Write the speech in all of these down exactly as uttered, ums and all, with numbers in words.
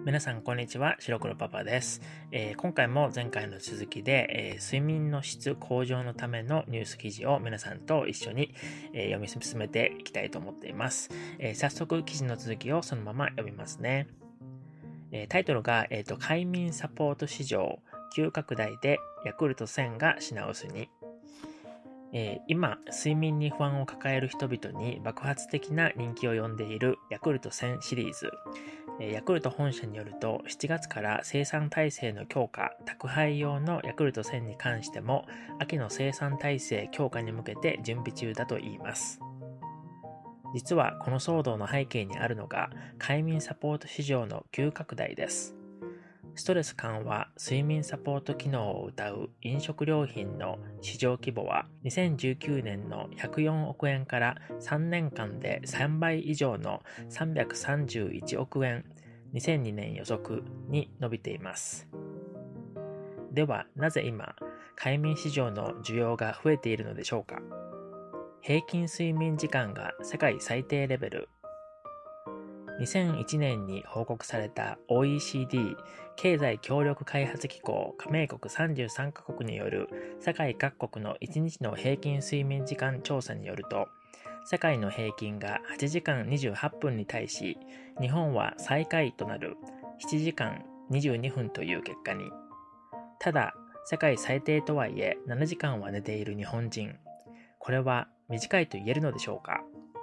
皆さんこんにちは、白黒パパです。えー今回も前回の続きで、えー睡眠の質向上のためのニュース記事を皆さんと一緒に、えー読み進めていきたいと思っています。えー早速記事の続きをそのまま読みますね。えータイトルが、えーと、快眠サポート市場急拡大でヤクルトせんが品薄に。えー今、睡眠に不安を抱える人々に爆発的な人気を呼んでいるヤクルトせんシリーズ。えーヤクルト本社によると、しちがつから生産体制の強化、宅配用のヤクルトせんに関しても、秋の生産体制強化に向けて準備中だといいます。実はこの騒動の背景にあるのが、快眠サポート市場の急拡大です。ストレス緩和、睡眠サポート機能を謳う飲食料品の市場規模はにせんじゅうきゅうねんのひゃくよんおくえんからさんねんかんでさんばい以上のさんびゃくさんじゅういちおくえん、にせんにねん予測に伸びています。では、なぜ今、快眠市場の需要が増えているのでしょうか。平均睡眠時間が世界最低レベル。にせんいちねんに報告された オーイーシーディー 経済協力開発機構加盟国さんじゅうさんカ国による世界各国のいちにちの平均睡眠時間調査によると、世界の平均がはちじかんにじゅうはっぷんに対し、日本は最下位となるしちじかんにじゅうにふんという結果に。ただ、世界最低とはいえななじかんは寝ている日本人。これは短いと言えるのでしょうか。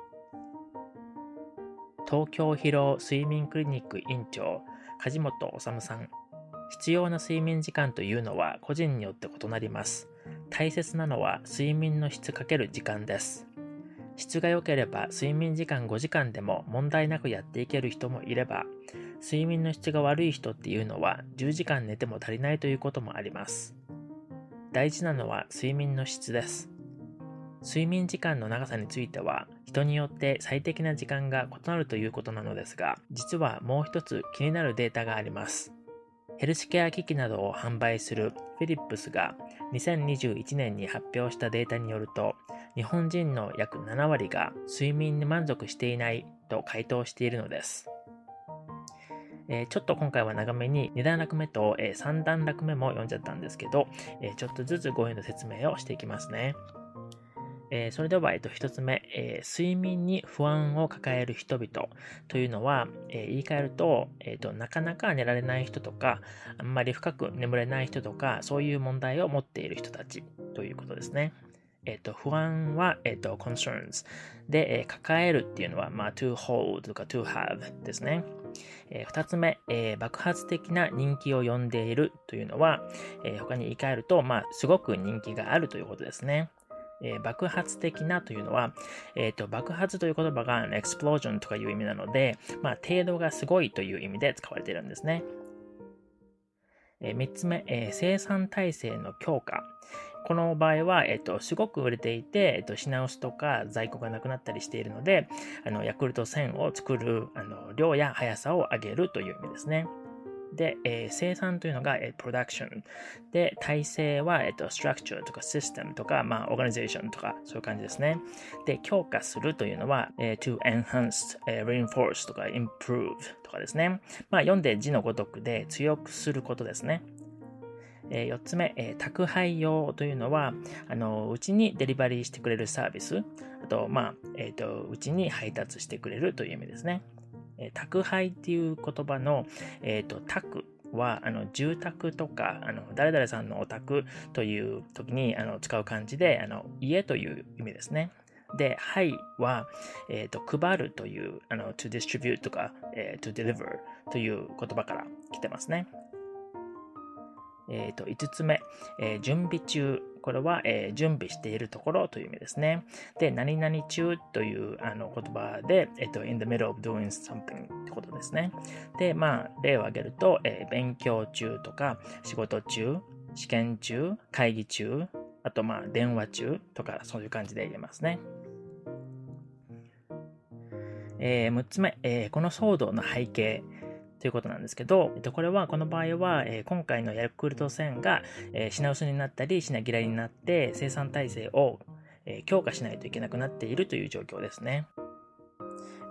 東京疲労睡眠クリニック院長梶本治さん。必要な睡眠時間というのは個人によって異なります。大切なのは睡眠の質×時間です。質が良ければ睡眠時間ごじかんでも問題なくやっていける人もいれば、睡眠の質が悪い人っていうのはじゅうじかん寝ても足りないということもあります。大事なのは睡眠の質です。睡眠時間の長さについては人によって最適な時間が異なるということなのですが、実はもう一つ気になるデータがあります。ヘルスケア機器などを販売するフィリップスがにせんにじゅういちねんに発表したデータによると、日本人の約ななわりが睡眠に満足していないと回答しているのです。えー、ちょっと今回は長めににだん落目と、えー、さんだん落目も読んじゃったんですけど、えー、ちょっとずつ語彙の説明をしていきますね。えー、それでは、えっと、一つ目、えー、睡眠に不安を抱える人々というのは、えー、言い換えると、えーと、なかなか寝られない人とか、あんまり深く眠れない人とか、そういう問題を持っている人たちということですね。えっと、不安は、えっと、concerns で、えー、抱えるっていうのは、まあ、to hold とか to have ですね。えー、二つ目、えー、爆発的な人気を呼んでいるというのは、えー、他に言い換えると、まあ、すごく人気があるということですね。えー、爆発的なというのは、えーと、爆発という言葉が explosion とかいう意味なので、まあ、程度がすごいという意味で使われているんですね。えー、みっつめ、えー、生産体制の強化。この場合は、えっと、すごく売れていて、えっと、品薄とか在庫がなくなったりしているので、あの、ヤクルトせんを作る、あの、量や速さを上げるという意味ですね。で、えー、生産というのが、えー、production。で、体制は、えーと、structure とか system とか、まあ、organization とか、そういう感じですね。で、強化するというのは、えー、to enhance、えー、reinforce とか improve とかですね。まあ、読んで字のごとくで強くすることですね。えー、よっつめ、えー、宅配用というのは、あの、うちにデリバリーしてくれるサービス。あと、まあ、えっと、うちに配達してくれるという意味ですね。えー、宅配っていう言葉の、えっと、宅は、あの、住宅とか、あの、誰々さんのお宅という時に、あの、使う漢字で、あの、家という意味ですね。で、はいは、えっと、配るという、あの、to distribute とか、えー、to deliver という言葉から来てますね。えっと、いつつめ、えー、準備中。これは、えー、準備しているところという意味ですね。で、何々中というあの言葉で、えっと、in the middle of doing something ってことですね。で、まあ、例を挙げると、えー、勉強中とか、仕事中、試験中、会議中、あと、まあ、電話中とか、そういう感じで言えますね。えー、むっつめ、えー、この騒動の背景。ということなんですけど、えっと、これは、この場合は、えー、今回のヤクルトせんが、えー、品薄になったり、品切れになって、生産体制を、えー、強化しないといけなくなっているという状況ですね。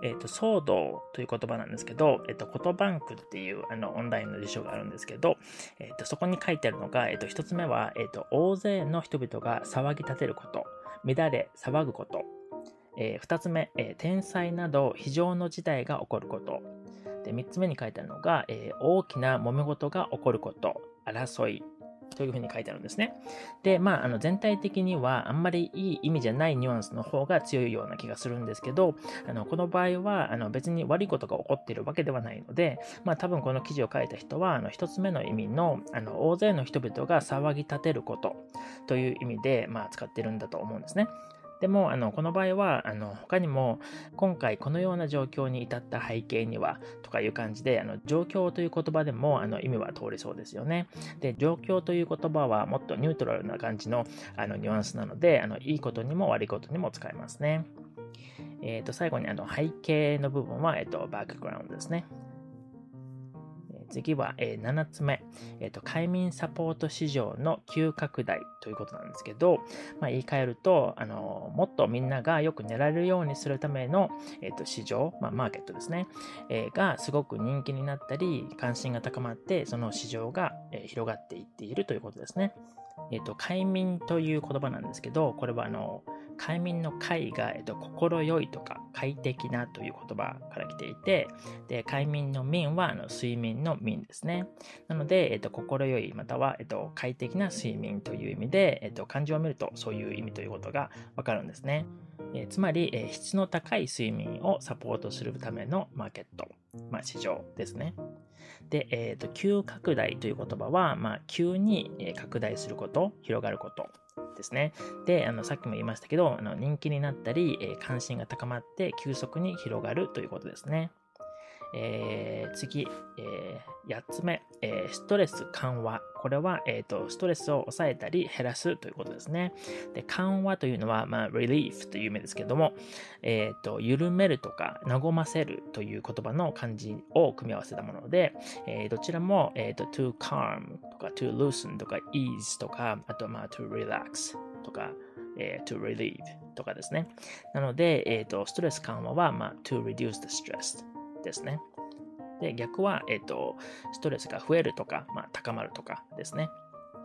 えっと、騒動という言葉なんですけど、えっと、言バンクっていうあのオンラインの辞書があるんですけど、えっと、そこに書いてあるのが、えっと、一つ目は、えっと、大勢の人々が騒ぎ立てること、乱れ、騒ぐこと。えー、二つ目、えー、天災など非常の事態が起こること。で、三つ目に書いてあるのが、えー、大きな揉め事が起こること、争い。というふうに書いてあるんですね。で、まあ、あの全体的にはあんまりいい意味じゃないニュアンスの方が強いような気がするんですけど、あのこの場合はあの別に悪いことが起こっているわけではないので、まあ、多分この記事を書いた人はあの一つ目の意味の、あの大勢の人々が騒ぎ立てることという意味で、まあ、使ってるんだと思うんですね。でもあのこの場合はあの他にも今回このような状況に至った背景にはとかいう感じで、あの状況という言葉でもあの意味は通りそうですよね。で、状況という言葉はもっとニュートラルな感じのあのニュアンスなので、あのいいことにも悪いことにも使えますね。えー、と最後にあの背景の部分は、えー、とバックグラウンドですね。次は、えー、ななつめ、えーと、快眠サポート市場の急拡大ということなんですけど、まあ、言い換えると、あのもっとみんながよく寝られるようにするための、えーと、市場、まあ、マーケットですね、えー、がすごく人気になったり、関心が高まって、その市場が、えー、広がっていっているということですね。えっと、快眠という言葉なんですけど、これはあの、快眠の快が、えっと、心よいとか快適なという言葉から来ていて、で、快眠の眠はあの睡眠の眠ですね。なので、えっと、心よいまたは、えっと、快適な睡眠という意味で、えっと、漢字を見るとそういう意味ということがわかるんですね。えー、つまり、えー、質の高い睡眠をサポートするためのマーケット、まあ、市場ですね。で、えっと、急拡大という言葉は、まあ、急に拡大すること、広がることですね。で、あの、さっきも言いましたけど、あの人気になったり、えー、関心が高まって急速に広がるということですね。えー、次、えー、やっつめ、えー、ストレス緩和。これは、えーと、ストレスを抑えたり減らすということですね。で、緩和というのは、まあ、relief という意味ですけども、えーと、緩めるとか、和ませるという言葉の漢字を組み合わせたもので、えー、どちらも、えーと、to calm とか to loosen とか ease とか、あと、まあ、to relax とか、えー、to relieve とかですね。なので、えーと、ストレス緩和は、まあ、to reduce the stressですね。で、逆は、えっと、ストレスが増えるとか、まあ、高まるとかですね。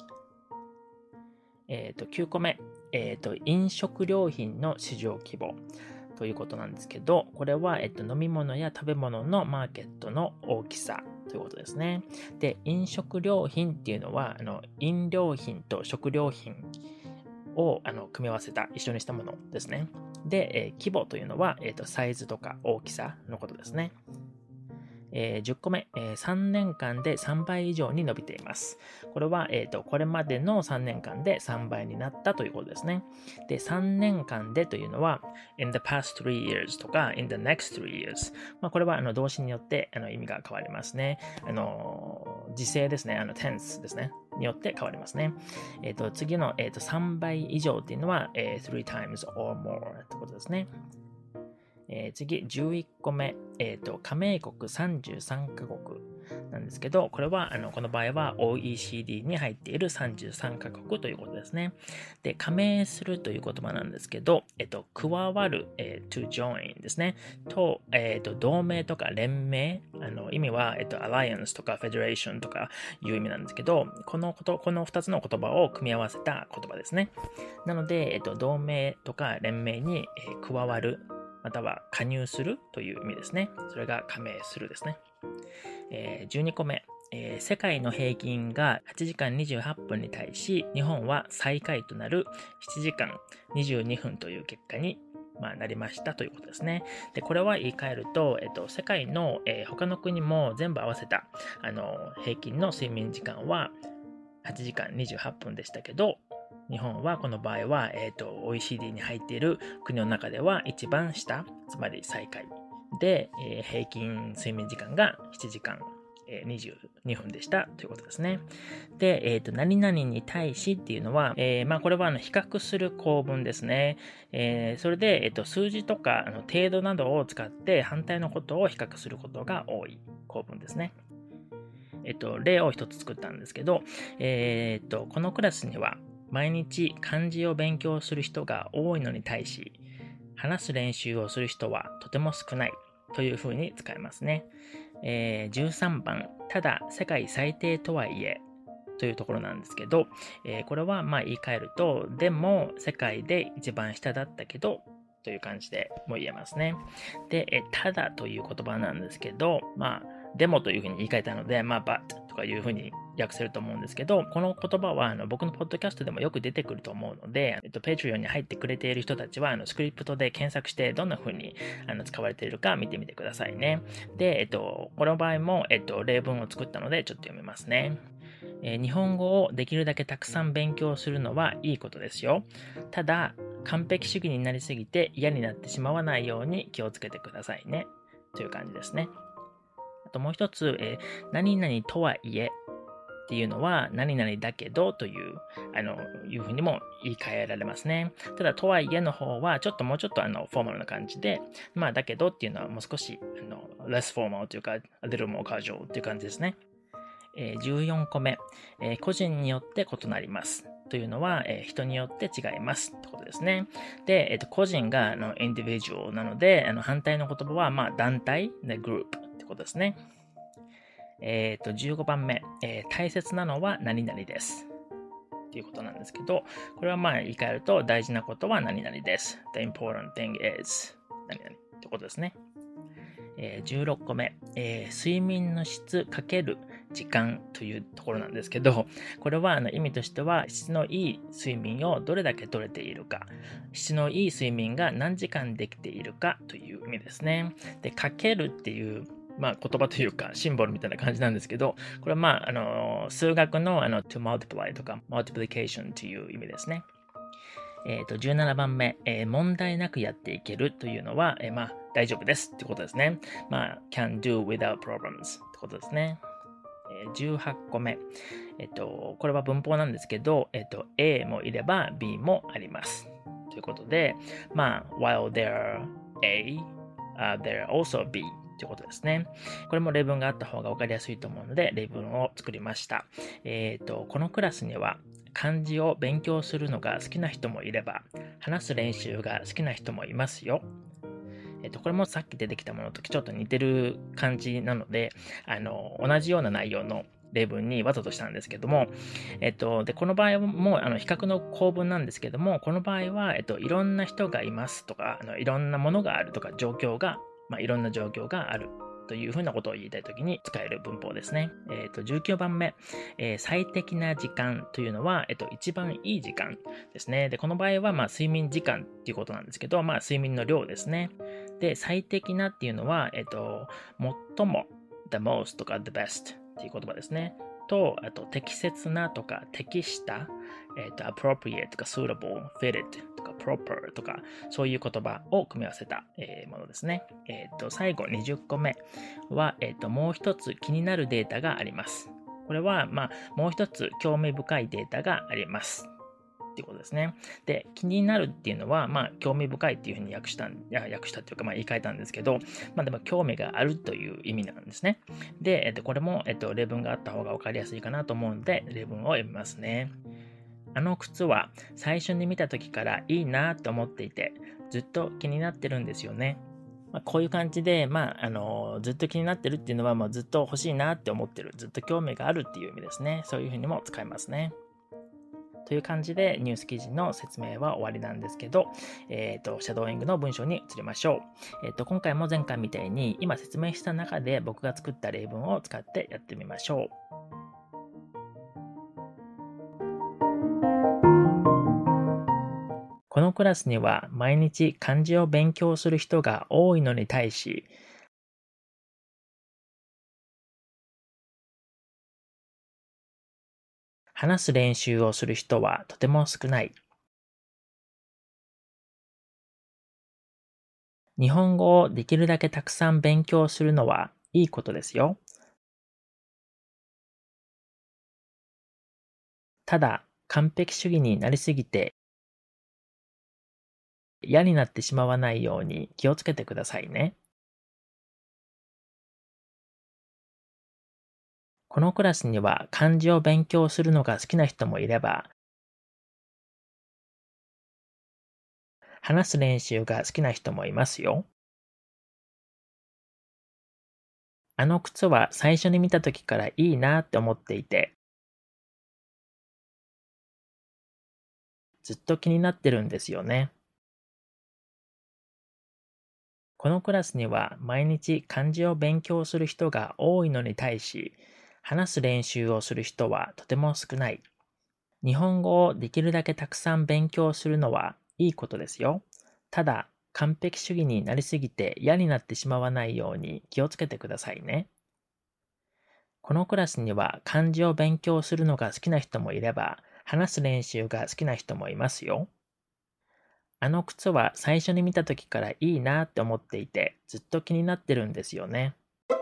えっと、きゅうこめ、えっと、飲食料品の市場規模ということなんですけど、これは、えっと、飲み物や食べ物のマーケットの大きさということですね。で、飲食料品っていうのは、あの飲料品と食料品をあの組み合わせた、一緒にしたものですね。で、えー、規模というのは、えーと、サイズとか大きさのことですね。えー、じゅっこめ、えー、さんねんかんでさんばい以上に伸びています。これは、えーと、これまでのさんねんかんでさんばいになったということですね。で、さんねんかんでというのは、in the past three years とか、in the next three years。まあ、これはあの動詞によってあの意味が変わりますね。あの時制ですね。あの tense ですね。によって変わりますね。えっ、ー、と、次の、えーと、さんばい以上っていうのは、えー、three times or more ってことですね。えー、次、じゅういっこめ、えーと、加盟国さんじゅうさんカ国なんですけど、これは、あの、この場合は オーイーシーディー に入っているさんじゅうさんカ国ということですね。で、加盟するという言葉なんですけど、えっと、加わる、えー、to join ですね。と、えっと、同盟とか連盟、あの、意味は、えっと、alliance とか federation とかいう意味なんですけど、このこと、このふたつの言葉を組み合わせた言葉ですね。なので、えっと、同盟とか連盟に、えー、加わる、または加入するという意味ですね。それが加盟するですね。えー、じゅうにこめ、えー、世界の平均がはちじかんにじゅうはっぷんに対し、日本は最下位となるしちじかんにじゅうにふんという結果に、まあ、なりましたということですね。で、これは言い換えると、えっと、世界の、えー、他の国も全部合わせた、あの、平均の睡眠時間ははちじかんにじゅうはっぷんでしたけど、日本はこの場合は、えーと、オーイーシーディー に入っている国の中では一番下、つまり最下位で、えー、平均睡眠時間がしちじかんにじゅうにふんでしたということですね。で、えっと、何々に対しっていうのは、えー、まあこれはあの比較する構文ですね。えー、それで、えっと、数字とかあの程度などを使って反対のことを比較することが多い構文ですね。えっと、例を一つ作ったんですけど、えー、っと、このクラスには毎日漢字を勉強する人が多いのに対し、話す練習をする人はとても少ない。 というふうに使いますね。えー、じゅうさんばん、ただ世界最低とはいえというところなんですけど、えー、これはまあ言い換えると、でも世界で一番下だったけどという感じでも言えますね。で、えただという言葉なんですけど、まあ、でもというふうに言い換えたので、まあ、but とかいうふうに訳せると思うんですけど、この言葉はあの僕のポッドキャストでもよく出てくると思うので、えっと、Patreon に入ってくれている人たちは、あのスクリプトで検索してどんなふうにあの使われているか見てみてくださいね。で、えっと、この場合も、えっと、例文を作ったので、ちょっと読みますね。えー日本語をできるだけたくさん勉強するのはいいことですよ。ただ、完璧主義になりすぎて嫌になってしまわないように気をつけてくださいね。という感じですね。あともう一つ、えー何々とはいえっていうのは、何々だけどという、あの、いうふうにも言い換えられますね。ただ、とはいえの方は、ちょっともうちょっとあの、フォーマルな感じで、まあ、だけどっていうのはもう少し、あの、less formal というか、a little more casual っていう感じですね。えーじゅうよんこめ、えー個人によって異なります。というのは、えー人によって違いますってことですね。で、えーと個人があの individual なので、あの反対の言葉は、まあ、団体、で group ってことですね。えっ、と、じゅうごばんめ、えー大切なのは何々です。っていうことなんですけど、これはまあ言い換えると、大事なことは何々です。The important thing is 何々ってことですね。えーじゅうろっこめ、えー睡眠の質かける時間というところなんですけど、これはあの意味としては、質のいい睡眠をどれだけ取れているか、質のいい睡眠が何時間できているかという意味ですね。で、かけるっていうまあ、言葉というかシンボルみたいな感じなんですけど、これはまあ、あの数学のあの to multiply とか multiplication という意味ですね。えっ、と、じゅうななばんめ、えー問題なくやっていけるというのは、えーまあ、大丈夫ですってことですね。まあ、can do without problems ってことですね。えーじゅうはちこめ、えっ、と、これは文法なんですけど、えっ、と、A もいれば B もあります。ということで、まあ、while there A, uh, there also B ということですね。これも例文があった方が分かりやすいと思うので、例文を作りました。えっ、と、このクラスには、漢字を勉強するのが好きな人もいれば、話す練習が好きな人もいますよ。えっと、これもさっき出てきたものとちょっと似てる感じなので、あの、同じような内容の例文にわざとしたんですけども、えっと、で、この場合も、あの、比較の構文なんですけども、この場合は、えっと、いろんな人がいますとか、あの、いろんなものがあるとか、状況が、まあ、いろんな状況があるというふうなことを言いたいときに使える文法ですね。えっと、じゅうきゅうばんめ、えー最適な時間というのは、えっと、一番いい時間ですね。で、この場合は、まあ、睡眠時間っていうことなんですけど、まあ、睡眠の量ですね。で、最適なっていうのは、えっと、最も、the most とか the best っていう言葉ですね。と、あと、適切なとか、適した、えっと、appropriate とか suitable, fitted とか proper とか、そういう言葉を組み合わせた、えーものですね。えっと、最後にじゅっこめは、えっと、もう一つ気になるデータがあります。これは、まあ、もう一つ興味深いデータがあります。っていうことですね。で、気になるっていうのは、まあ、興味深いっていうふうに訳したん、いや訳したっていうか、まあ、言い換えたんですけど、まあ、でも、興味があるという意味なんですね。で、えっと、これも、えっと、例文があった方が分かりやすいかなと思うので、例文を読みますね。あの靴は最初に見た時からいいなと思っていて、ずっと気になってるんですよね。まあ、こういう感じで、まあ、あの、ずっと気になってるっていうのは、まあ、ずっと欲しいなって思ってる、ずっと興味があるっていう意味ですね。そういうふうにも使えますね。という感じでニュース記事の説明は終わりなんですけど、えっ、と、シャドーイングの文章に移りましょう。えっ、と、今回も前回みたいに今説明した中で僕が作った例文を使ってやってみましょう。このクラスには毎日漢字を勉強する人が多いのに対し、話す練習をする人はとても少ない。日本語をできるだけたくさん勉強するのはいいことですよ。ただ、完璧主義になりすぎて嫌になってしまわないように気をつけてくださいね。このクラスには漢字を勉強するのが好きな人もいれば、話す練習が好きな人もいますよ。 あの靴は最初に見た時からいいなって思っていて、ずっと気になってるんですよね。このクラスには毎日漢字を勉強する人が多いのに対し、話す練習をする人はとても少ない。日本語をできるだけたくさん勉強するのはいいことですよ。ただ、完璧主義になりすぎて嫌になってしまわないように気をつけてくださいね。このクラスには漢字を勉強するのが好きな人もいれば、話す練習が好きな人もいますよ。あの靴は最初に見た時からいいなって思っていて、ずっと気になってるんですよね。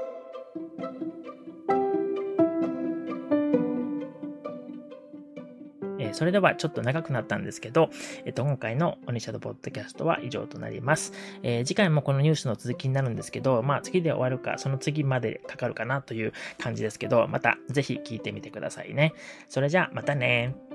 えーそれではちょっと長くなったんですけど、えっと、今回のオニシャドポッドキャストは以上となります。えー次回もこのニュースの続きになるんですけど、まあ次で終わるか、その次までかかるかなという感じですけど、またぜひ聞いてみてくださいね。それじゃあまたね。